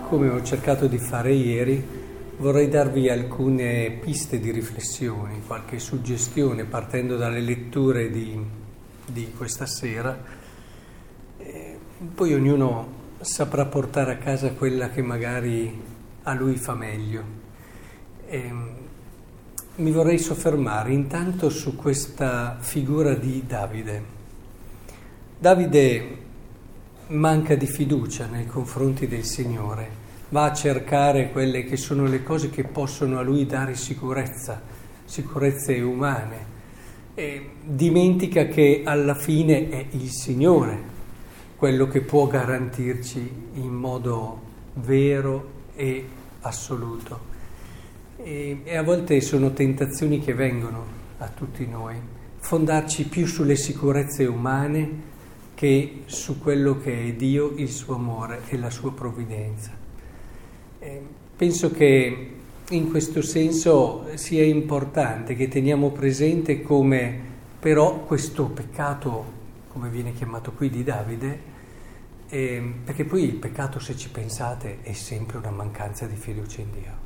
Come ho cercato di fare ieri, vorrei darvi alcune piste di riflessione, qualche suggestione partendo dalle letture di questa sera. Poi ognuno saprà portare a casa quella che magari a lui fa meglio. Mi vorrei soffermare intanto su questa figura di Davide. Davide manca di fiducia nei confronti del Signore, va a cercare quelle che sono le cose che possono a lui dare sicurezze umane, e dimentica che alla fine è il Signore quello che può garantirci in modo vero e assoluto. E a volte sono tentazioni che vengono a tutti noi, fondarci più sulle sicurezze umane che su quello che è Dio, il suo amore e la sua provvidenza. Penso che in questo senso sia importante che teniamo presente come però questo peccato, come viene chiamato qui di Davide, perché poi il peccato, se ci pensate, è sempre una mancanza di fiducia in Dio.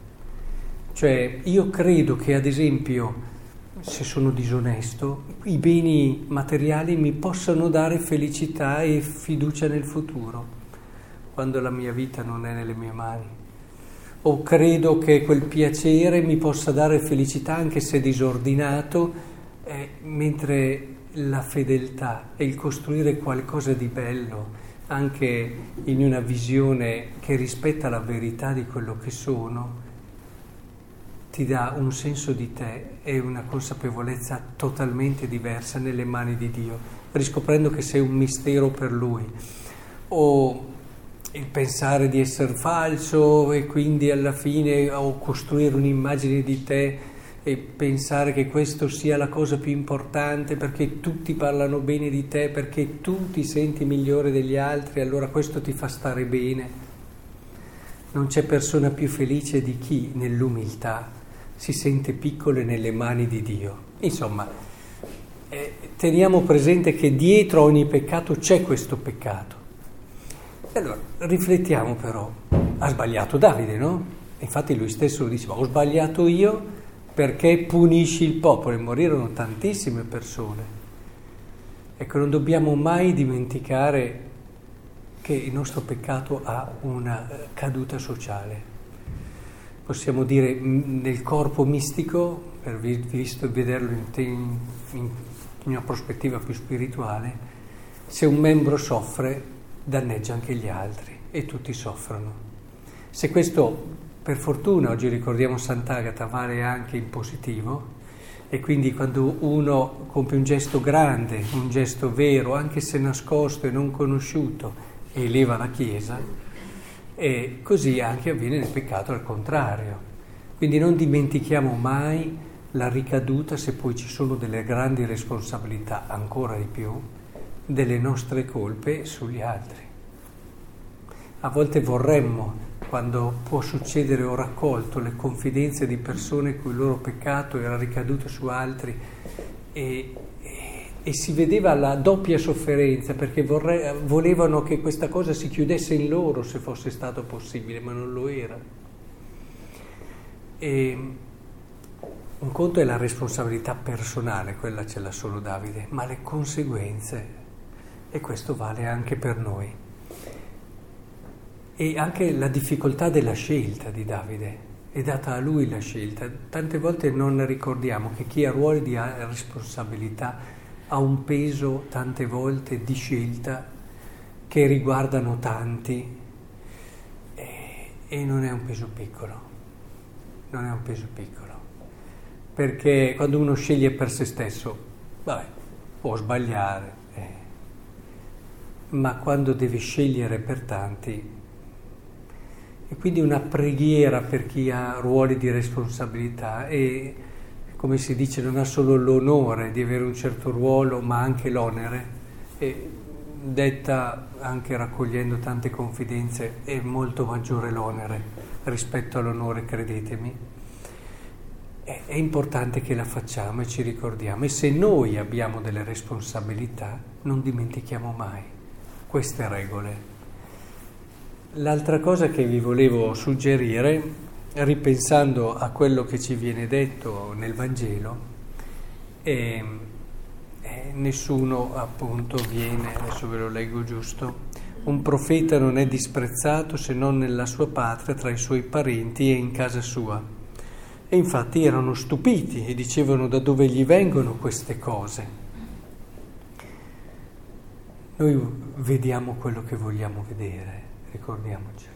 Cioè io credo che ad esempio, se sono disonesto, i beni materiali mi possano dare felicità e fiducia nel futuro, quando la mia vita non è nelle mie mani. O credo che quel piacere mi possa dare felicità anche se disordinato, mentre la fedeltà e il costruire qualcosa di bello, anche in una visione che rispetta la verità di quello che sono, ti dà un senso di te e una consapevolezza totalmente diversa nelle mani di Dio, riscoprendo che sei un mistero per Lui. O il pensare di essere falso e quindi alla fine o costruire un'immagine di te e pensare che questo sia la cosa più importante perché tutti parlano bene di te, perché tu ti senti migliore degli altri, allora questo ti fa stare bene. Non c'è persona più felice di chi nell'umiltà si sente piccole nelle mani di Dio. Insomma, teniamo presente che dietro ogni peccato c'è questo peccato. E allora, riflettiamo però, ha sbagliato Davide, no? Infatti lui stesso lo diceva, ho sbagliato io perché punisci il popolo, e morirono tantissime persone. Ecco, non dobbiamo mai dimenticare che il nostro peccato ha una caduta sociale. Possiamo dire nel corpo mistico, per visto vederlo in una prospettiva più spirituale, se un membro soffre, danneggia anche gli altri e tutti soffrono. Se questo, per fortuna, oggi ricordiamo Sant'Agata, vale anche in positivo, e quindi quando uno compie un gesto grande, un gesto vero, anche se nascosto e non conosciuto, eleva la Chiesa, e così anche avviene nel peccato al contrario. Quindi non dimentichiamo mai la ricaduta, se poi ci sono delle grandi responsabilità, ancora di più, delle nostre colpe sugli altri. A volte vorremmo, quando può succedere, ho raccolto le confidenze di persone cui il loro peccato era ricaduto su altri e si vedeva la doppia sofferenza, perché volevano che questa cosa si chiudesse in loro se fosse stato possibile, ma non lo era. E un conto è la responsabilità personale, quella ce l'ha solo Davide, ma le conseguenze, e questo vale anche per noi. E anche la difficoltà della scelta di Davide, è data a lui la scelta. Tante volte non ricordiamo che chi ha ruoli di responsabilità ha un peso tante volte di scelta che riguardano tanti e non è un peso piccolo, non è un peso piccolo, perché quando uno sceglie per se stesso, vabbè, può sbagliare, ma quando deve scegliere per tanti, e quindi una preghiera per chi ha ruoli di responsabilità e, come si dice, non ha solo l'onore di avere un certo ruolo, ma anche l'onere, e detta anche raccogliendo tante confidenze, è molto maggiore l'onere rispetto all'onore, credetemi. È importante che la facciamo e ci ricordiamo, e se noi abbiamo delle responsabilità non dimentichiamo mai queste regole. L'altra cosa che vi volevo suggerire, ripensando a quello che ci viene detto nel Vangelo, nessuno appunto viene, adesso ve lo leggo giusto, un profeta non è disprezzato se non nella sua patria, tra i suoi parenti e in casa sua. E infatti erano stupiti e dicevano: da dove gli vengono queste cose? Noi vediamo quello che vogliamo vedere, ricordiamocelo.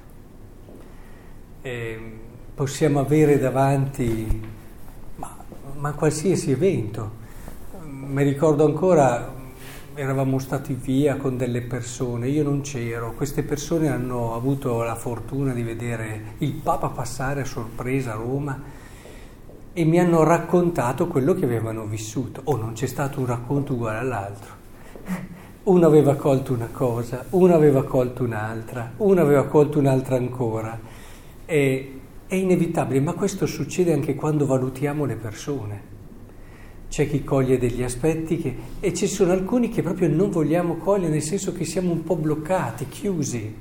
Possiamo avere davanti ma qualsiasi evento. Mi ricordo ancora, eravamo stati via con delle persone, io non c'ero, queste persone hanno avuto la fortuna di vedere il Papa passare a sorpresa a Roma e mi hanno raccontato quello che avevano vissuto. Non c'è stato un racconto uguale all'altro. Uno aveva colto una cosa, uno aveva colto un'altra, uno aveva colto un'altra ancora. È inevitabile, ma questo succede anche quando valutiamo le persone. C'è chi coglie degli aspetti e ci sono alcuni che proprio non vogliamo cogliere, nel senso che siamo un po' bloccati, chiusi.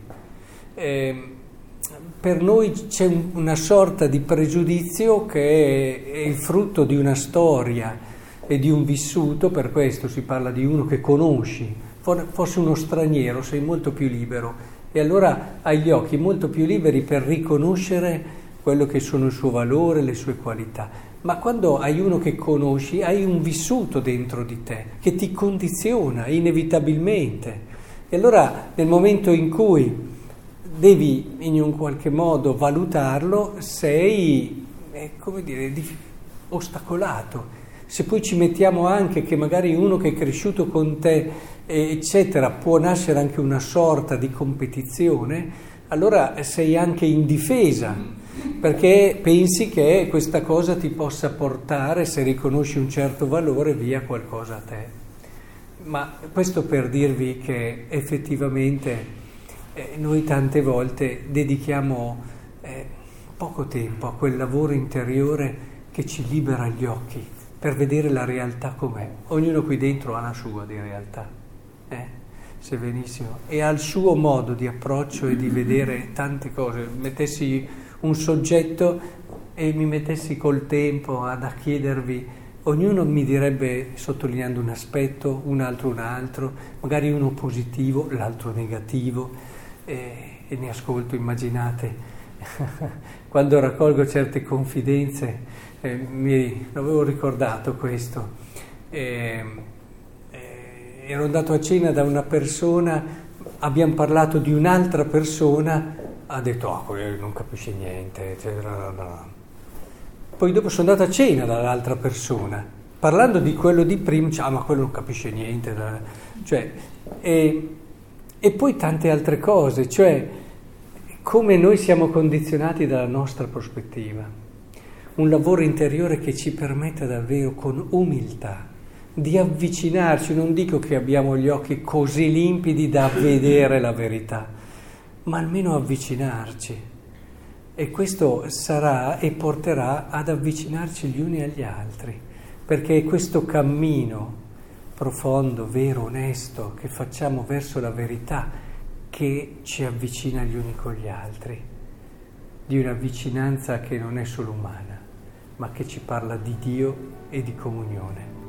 Per noi c'è una sorta di pregiudizio che è il frutto di una storia e di un vissuto, per questo si parla di uno che conosci. Fosse uno straniero sei molto più libero e allora hai gli occhi molto più liberi per riconoscere quello che sono il suo valore, le sue qualità. Ma quando hai uno che conosci, hai un vissuto dentro di te che ti condiziona inevitabilmente. E allora nel momento in cui devi in un qualche modo valutarlo, sei, ostacolato. Se poi ci mettiamo anche che magari uno che è cresciuto con te, eccetera, può nascere anche una sorta di competizione, allora sei anche in difesa, perché pensi che questa cosa ti possa portare, se riconosci un certo valore, via qualcosa a te. Ma questo per dirvi che effettivamente noi tante volte dedichiamo poco tempo a quel lavoro interiore che ci libera gli occhi per vedere la realtà com'è. Ognuno qui dentro ha la sua di realtà, se benissimo, e ha il suo modo di approccio e di vedere tante cose. Mettessi un soggetto e mi mettessi col tempo a chiedervi, ognuno mi direbbe, sottolineando un aspetto, un altro, magari uno positivo, l'altro negativo, e ne ascolto, immaginate, quando raccolgo certe confidenze, mi avevo ricordato questo, ero andato a cena da una persona, abbiamo parlato di un'altra persona, ha detto quello non capisce niente, eccetera. Poi dopo sono andato a cena dall'altra persona, parlando di quello di prima, ma quello non capisce niente, e poi tante altre cose, cioè come noi siamo condizionati dalla nostra prospettiva. Un lavoro interiore che ci permetta davvero con umiltà di avvicinarci, non dico che abbiamo gli occhi così limpidi da vedere la verità, ma almeno avvicinarci. E questo sarà e porterà ad avvicinarci gli uni agli altri, perché è questo cammino profondo, vero, onesto che facciamo verso la verità che ci avvicina gli uni con gli altri, di una vicinanza che non è solo umana, ma che ci parla di Dio e di comunione.